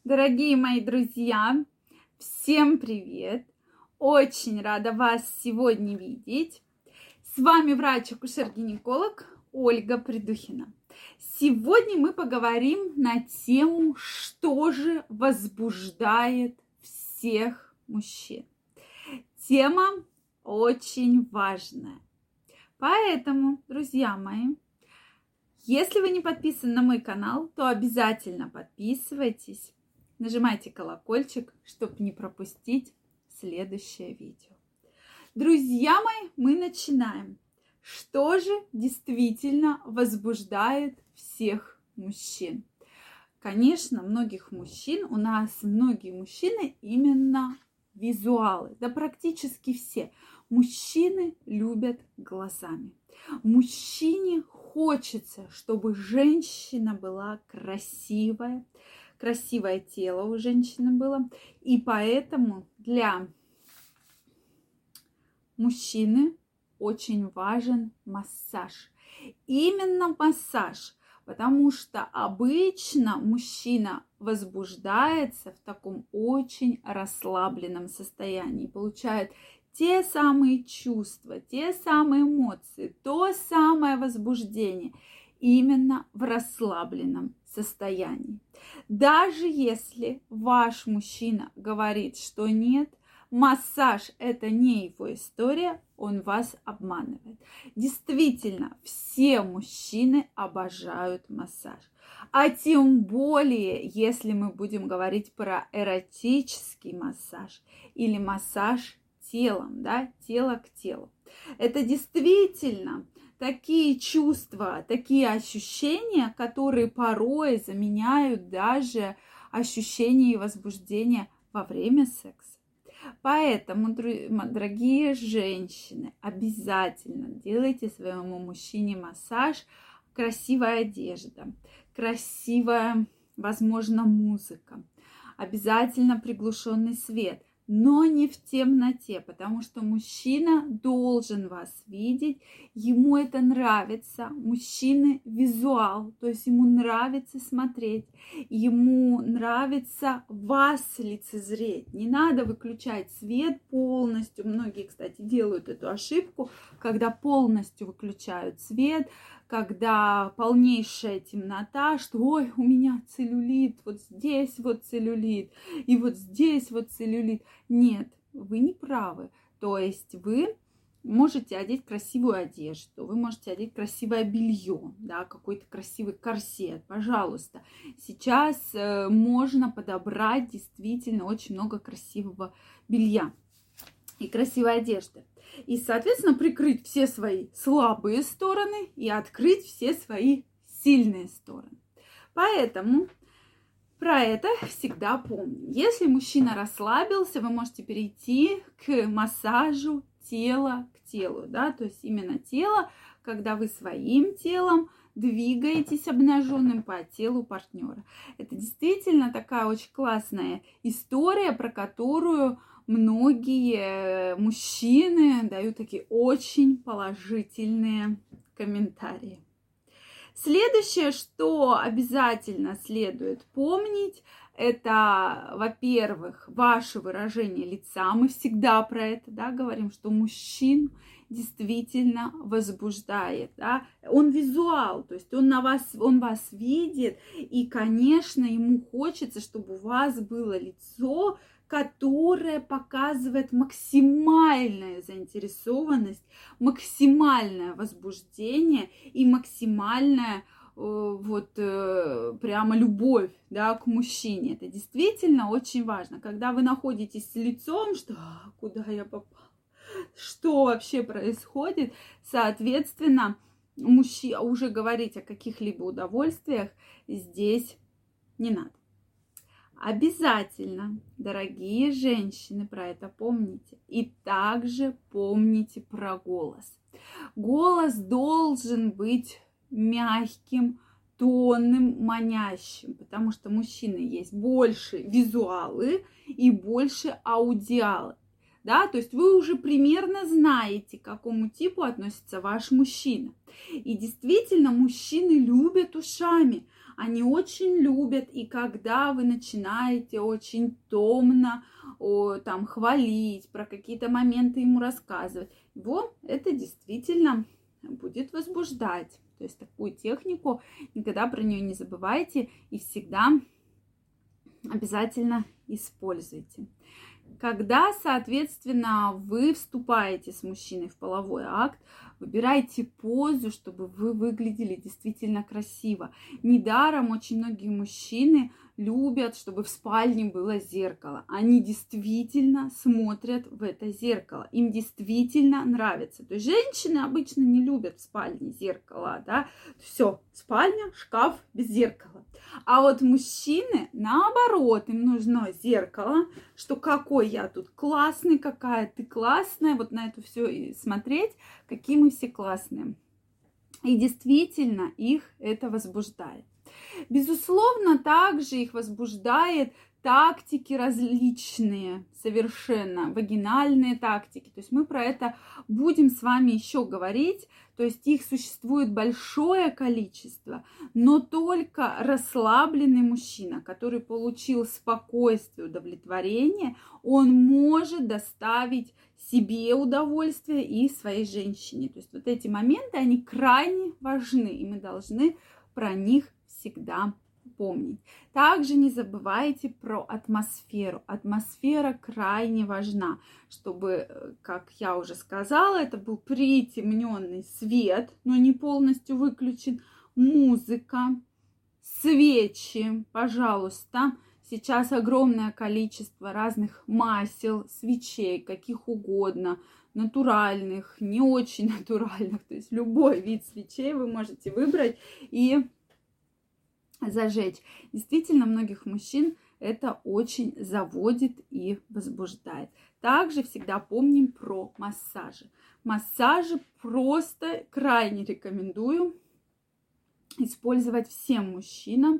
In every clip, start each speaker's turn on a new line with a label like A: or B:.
A: Дорогие мои друзья, всем привет! Очень рада вас сегодня видеть. С вами врач-акушер-гинеколог Ольга Придухина. Сегодня мы поговорим на тему, что же возбуждает всех мужчин. Тема очень важная. Поэтому, друзья мои, если вы не подписаны на мой канал, то обязательно подписывайтесь. Нажимайте колокольчик, чтобы не пропустить следующее видео. Друзья мои, мы начинаем. Что же действительно возбуждает всех мужчин? Конечно, многие мужчины именно визуалы. Да практически все. Мужчины любят глазами. Мужчине хочется, чтобы женщина была красивая. Красивое тело у женщины было. И поэтому для мужчины очень важен массаж. Именно массаж. Потому что обычно мужчина возбуждается в таком очень расслабленном состоянии. Получает те самые чувства, те самые эмоции, то самое возбуждение именно в расслабленном состоянии. Даже если ваш мужчина говорит, что нет, массаж – это не его история, он вас обманывает. Действительно, все мужчины обожают массаж. А тем более, если мы будем говорить про эротический массаж или массаж телом, да, тело к телу. Это действительно такие чувства, такие ощущения, которые порой заменяют даже ощущение и возбуждение во время секса. Поэтому, дорогие женщины, обязательно делайте своему мужчине массаж. Красивая одежда, красивая, возможно, музыка, обязательно приглушенный свет. Но не в темноте, потому что мужчина должен вас видеть, ему это нравится, мужчина визуал, то есть ему нравится смотреть, ему нравится вас лицезреть. Не надо выключать свет полностью, многие, кстати, делают эту ошибку, когда полностью выключают свет, когда полнейшая темнота, что ой, у меня целлюлит, вот здесь вот целлюлит, и вот здесь вот целлюлит. Нет, вы не правы. То есть вы можете одеть красивую одежду, вы можете одеть красивое белье, да, какой-то красивый корсет, пожалуйста. Сейчас можно подобрать действительно очень много красивого белья и красивой одежды. И, соответственно, прикрыть все свои слабые стороны и открыть все свои сильные стороны. Поэтому про это всегда помним. Если мужчина расслабился, вы можете перейти к массажу тела к телу, да, то есть именно тело, когда вы своим телом двигаетесь обнаженным по телу партнера. Это действительно такая очень классная история, про которую многие мужчины дают такие очень положительные комментарии. Следующее, что обязательно следует помнить, это, во-первых, ваше выражение лица. Мы всегда про это, да, говорим, что мужчин действительно возбуждает, да? Он визуал, то есть он вас видит, и, конечно, ему хочется, чтобы у вас было лицо, которое показывает максимальную заинтересованность, максимальное возбуждение и максимальная прямо любовь, да, к мужчине. Это действительно очень важно. Когда вы находитесь с лицом, что куда я попал, что вообще происходит, соответственно, уже говорить о каких-либо удовольствиях здесь не надо. Обязательно, дорогие женщины, про это помните. И также помните про голос. Голос должен быть мягким, тонным, манящим, потому что мужчины есть больше визуалы и больше аудиалы. Да, то есть вы уже примерно знаете, к какому типу относится ваш мужчина. И действительно, мужчины любят ушами. Они очень любят, и когда вы начинаете очень томно там хвалить, про какие-то моменты ему рассказывать, его это действительно будет возбуждать. То есть такую технику никогда про нее не забывайте и всегда обязательно используйте. Когда, соответственно, вы вступаете с мужчиной в половой акт, выбирайте позу, чтобы вы выглядели действительно красиво. Недаром очень многие мужчины любят, чтобы в спальне было зеркало. Они действительно смотрят в это зеркало. Им действительно нравится. То есть женщины обычно не любят в спальне зеркало, да. Все, спальня, шкаф без зеркала. А вот мужчины, наоборот, им нужно зеркало, что какой я тут классный, какая ты классная. Вот на это все и смотреть, какие мы все классные. И действительно их это возбуждает. Безусловно, также их возбуждает тактики различные, совершенно вагинальные тактики. То есть мы про это будем с вами еще говорить. То есть их существует большое количество, но только расслабленный мужчина, который получил спокойствие, удовлетворение, он может доставить себе удовольствие и своей женщине. То есть вот эти моменты, они крайне важны, и мы должны про них всегда помнить. Также не забывайте про атмосферу. Атмосфера крайне важна, чтобы, как я уже сказала, это был притемненный свет, но не полностью выключен, музыка, свечи, пожалуйста. Сейчас огромное количество разных масел, свечей, каких угодно, натуральных, не очень натуральных. То есть любой вид свечей вы можете выбрать и зажечь. Действительно, многих мужчин это очень заводит и возбуждает. Также всегда помним про массажи. Массажи просто крайне рекомендую использовать всем мужчинам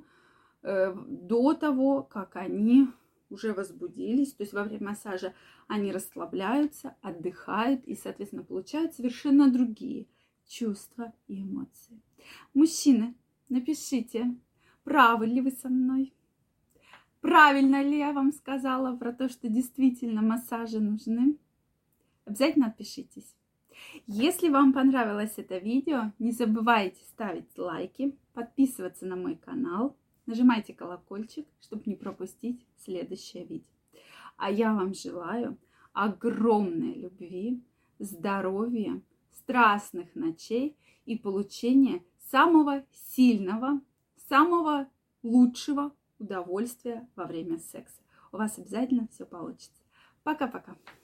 A: до того, как они уже возбудились. То есть во время массажа они расслабляются, отдыхают и, соответственно, получают совершенно другие чувства и эмоции. Мужчины, напишите, правы ли вы со мной? Правильно ли я вам сказала про то, что действительно массажи нужны? Обязательно отпишитесь. Если вам понравилось это видео, не забывайте ставить лайки, подписываться на мой канал, нажимайте колокольчик, чтобы не пропустить следующее видео. А я вам желаю огромной любви, здоровья, страстных ночей и получения самого сильного, самого лучшего удовольствия во время секса. У вас обязательно все получится. Пока-пока.